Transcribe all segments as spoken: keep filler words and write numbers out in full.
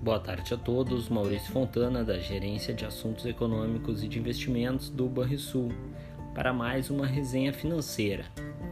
Boa tarde a todos, Maurício Fontana, da Gerência de Assuntos Econômicos e de Investimentos do Banrisul, para mais uma resenha financeira.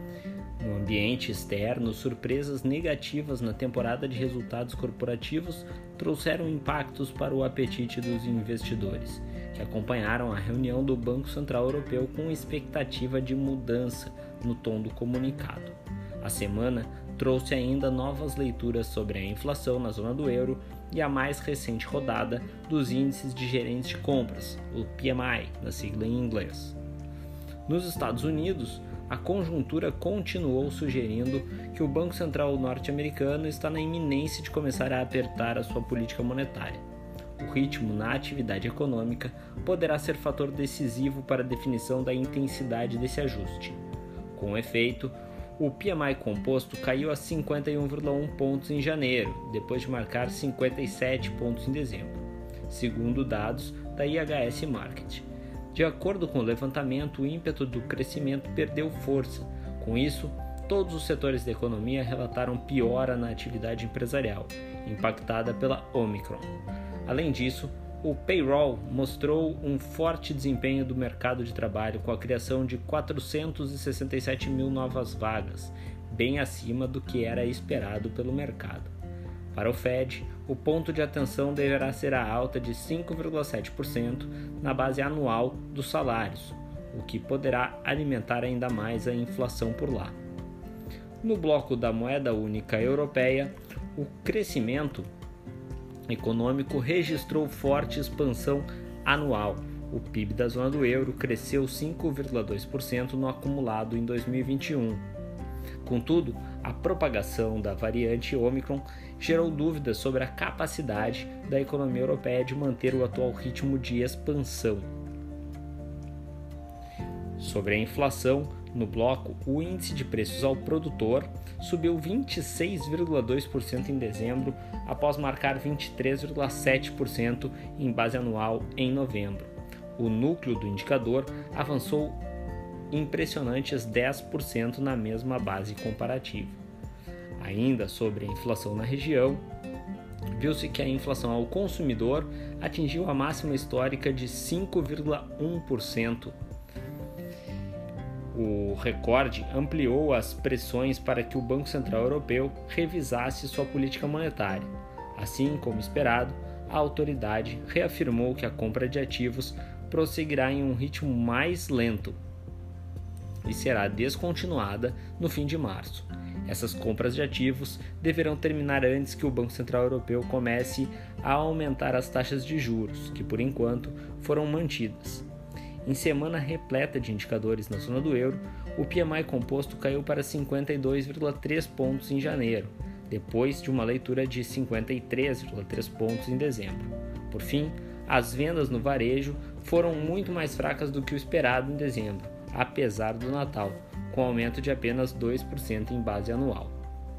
No ambiente externo, surpresas negativas na temporada de resultados corporativos trouxeram impactos para o apetite dos investidores, que acompanharam a reunião do Banco Central Europeu com expectativa de mudança no tom do comunicado. A semana trouxe ainda novas leituras sobre a inflação na zona do euro e a mais recente rodada dos índices de gerentes de compras, o P M I, na sigla em inglês. Nos Estados Unidos, a conjuntura continuou sugerindo que o Banco Central norte-americano está na iminência de começar a apertar a sua política monetária. O ritmo na atividade econômica poderá ser fator decisivo para a definição da intensidade desse ajuste. Com efeito, o P M I composto caiu a cinquenta e um vírgula um pontos em janeiro, depois de marcar cinquenta e sete pontos em dezembro, segundo dados da I H S Markit. De acordo com o levantamento, o ímpeto do crescimento perdeu força. Com isso, todos os setores da economia relataram piora na atividade empresarial, impactada pela Omicron. Além disso, o payroll mostrou um forte desempenho do mercado de trabalho, com a criação de quatrocentos e sessenta e sete mil novas vagas, bem acima do que era esperado pelo mercado. Para o Fed, o ponto de atenção deverá ser a alta de cinco vírgula sete por cento na base anual dos salários, o que poderá alimentar ainda mais a inflação por lá. No bloco da moeda única europeia, o crescimento econômico registrou forte expansão anual. O P I B da zona do euro cresceu cinco vírgula dois por cento no acumulado em dois mil e vinte e um. Contudo, a propagação da variante Omicron gerou dúvidas sobre a capacidade da economia europeia de manter o atual ritmo de expansão. Sobre a inflação, no bloco, o índice de preços ao produtor subiu vinte e seis vírgula dois por cento em dezembro, após marcar vinte e três vírgula sete por cento em base anual em novembro. O núcleo do indicador avançou impressionantes dez por cento na mesma base comparativa. Ainda sobre a inflação na região, viu-se que a inflação ao consumidor atingiu a máxima histórica de cinco vírgula um por cento. O recorde ampliou as pressões para que o Banco Central Europeu revisasse sua política monetária. Assim como esperado, a autoridade reafirmou que a compra de ativos prosseguirá em um ritmo mais lento e será descontinuada no fim de março. Essas compras de ativos deverão terminar antes que o Banco Central Europeu comece a aumentar as taxas de juros, que por enquanto foram mantidas. Em semana repleta de indicadores na zona do euro, o P M I composto caiu para cinquenta e dois vírgula três pontos em janeiro, depois de uma leitura de cinquenta e três vírgula três pontos em dezembro. Por fim, as vendas no varejo foram muito mais fracas do que o esperado em dezembro, apesar do Natal, com aumento de apenas dois por cento em base anual.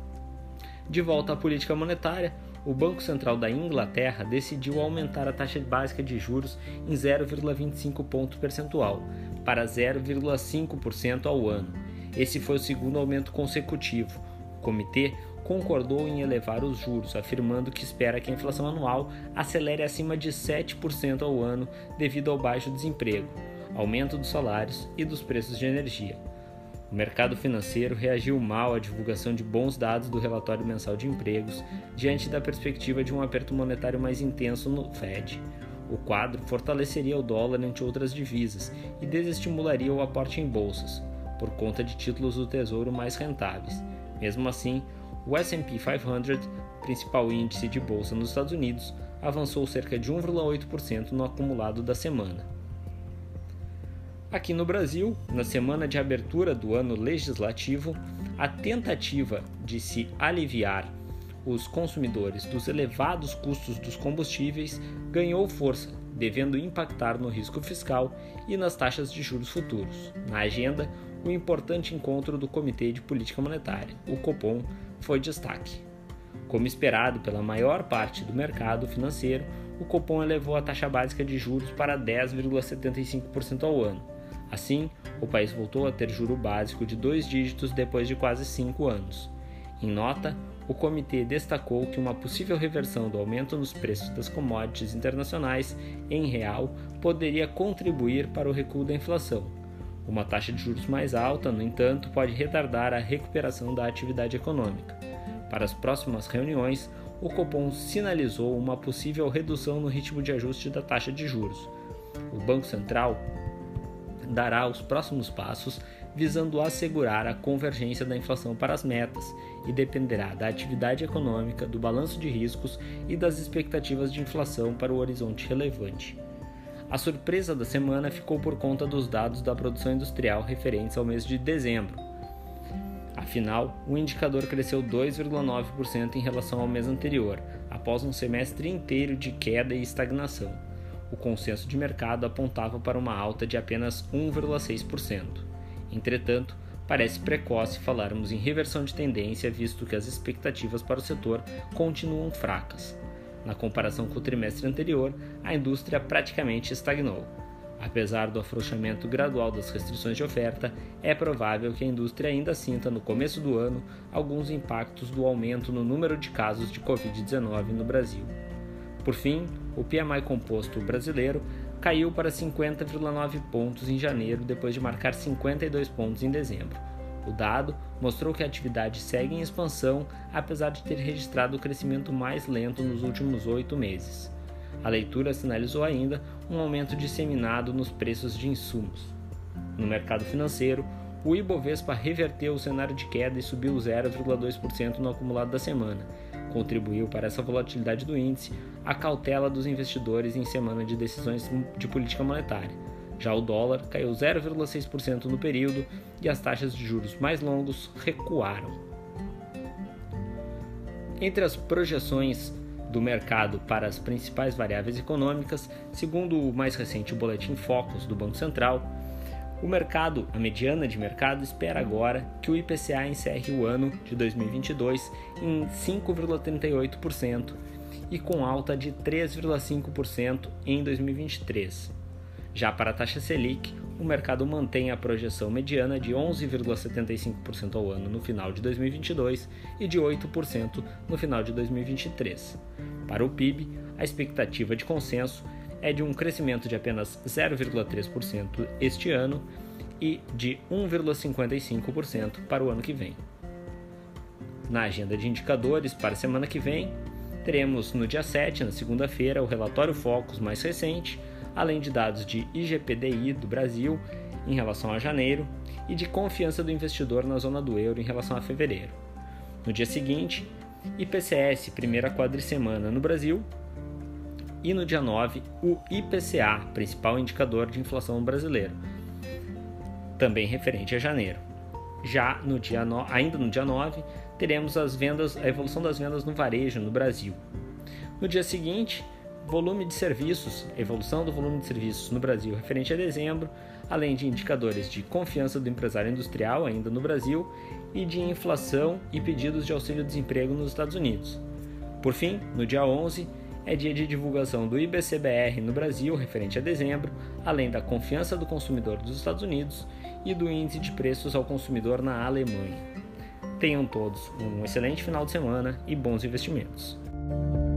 De volta à política monetária, o Banco Central da Inglaterra decidiu aumentar a taxa básica de juros em zero vírgula vinte e cinco ponto percentual para zero vírgula cinco por cento ao ano. Esse foi o segundo aumento consecutivo. O comitê concordou em elevar os juros, afirmando que espera que a inflação anual acelere acima de sete por cento ao ano devido ao baixo desemprego, aumento dos salários e dos preços de energia. O mercado financeiro reagiu mal à divulgação de bons dados do relatório mensal de empregos, diante da perspectiva de um aperto monetário mais intenso no Fed. O quadro fortaleceria o dólar ante outras divisas e desestimularia o aporte em bolsas, por conta de títulos do Tesouro mais rentáveis. Mesmo assim, o S and P quinhentos, principal índice de bolsa nos Estados Unidos, avançou cerca de um vírgula oito por cento no acumulado da semana. Aqui no Brasil, na semana de abertura do ano legislativo, a tentativa de se aliviar os consumidores dos elevados custos dos combustíveis ganhou força, devendo impactar no risco fiscal e nas taxas de juros futuros. Na agenda, o importante encontro do Comitê de Política Monetária, o Copom, foi destaque. Como esperado pela maior parte do mercado financeiro, o Copom elevou a taxa básica de juros para dez vírgula setenta e cinco por cento ao ano. Assim, o país voltou a ter juro básico de dois dígitos depois de quase cinco anos. Em nota, o comitê destacou que uma possível reversão do aumento nos preços das commodities internacionais em real poderia contribuir para o recuo da inflação. Uma taxa de juros mais alta, no entanto, pode retardar a recuperação da atividade econômica. Para as próximas reuniões, o Copom sinalizou uma possível redução no ritmo de ajuste da taxa de juros. O Banco Central dará os próximos passos visando assegurar a convergência da inflação para as metas e dependerá da atividade econômica, do balanço de riscos e das expectativas de inflação para o horizonte relevante. A surpresa da semana ficou por conta dos dados da produção industrial referentes ao mês de dezembro. Afinal, o indicador cresceu dois vírgula nove por cento em relação ao mês anterior, após um semestre inteiro de queda e estagnação. O consenso de mercado apontava para uma alta de apenas um vírgula seis por cento. Entretanto, parece precoce falarmos em reversão de tendência, visto que as expectativas para o setor continuam fracas. Na comparação com o trimestre anterior, a indústria praticamente estagnou. Apesar do afrouxamento gradual das restrições de oferta, é provável que a indústria ainda sinta no começo do ano alguns impactos do aumento no número de casos de covid dezenove no Brasil. Por fim, o P M I composto brasileiro caiu para cinquenta vírgula nove pontos em janeiro, depois de marcar cinquenta e dois pontos em dezembro. O dado mostrou que a atividade segue em expansão, apesar de ter registrado o crescimento mais lento nos últimos oito meses. A leitura sinalizou ainda um aumento disseminado nos preços de insumos. No mercado financeiro, o Ibovespa reverteu o cenário de queda e subiu zero vírgula dois por cento no acumulado da semana. Contribuiu para essa volatilidade do índice a cautela dos investidores em semana de decisões de política monetária. Já o dólar caiu zero vírgula seis por cento no período e as taxas de juros mais longos recuaram. Entre as projeções do mercado para as principais variáveis econômicas, segundo o mais recente boletim Focus do Banco Central, o mercado, a mediana de mercado, espera agora que o I P C A encerre o ano de dois mil e vinte e dois em cinco vírgula trinta e oito por cento e com alta de três vírgula cinco por cento em dois mil e vinte e três. Já para a taxa Selic, o mercado mantém a projeção mediana de onze vírgula setenta e cinco por cento ao ano no final de dois mil e vinte e dois e de oito por cento no final de dois mil e vinte e três. Para o P I B, a expectativa de consenso é de um crescimento de apenas zero vírgula três por cento este ano e de um vírgula cinquenta e cinco por cento para o ano que vem. Na agenda de indicadores para a semana que vem, teremos no dia sete, na segunda-feira, o relatório Focus mais recente, além de dados de I G P D I do Brasil em relação a janeiro e de confiança do investidor na zona do euro em relação a fevereiro. No dia seguinte, I P C S, primeira quadricemana no Brasil, e no dia nove, o I P C A, principal indicador de inflação brasileiro, também referente a janeiro. Já no dia no... ainda no dia nove, teremos as vendas, a evolução das vendas no varejo no Brasil. No dia seguinte, volume de serviços, evolução do volume de serviços no Brasil referente a dezembro, além de indicadores de confiança do empresário industrial ainda no Brasil e de inflação e pedidos de auxílio-desemprego nos Estados Unidos. Por fim, no dia onze, é dia de divulgação do I B C B R no Brasil referente a dezembro, além da confiança do consumidor dos Estados Unidos e do índice de preços ao consumidor na Alemanha. Tenham todos um excelente final de semana e bons investimentos.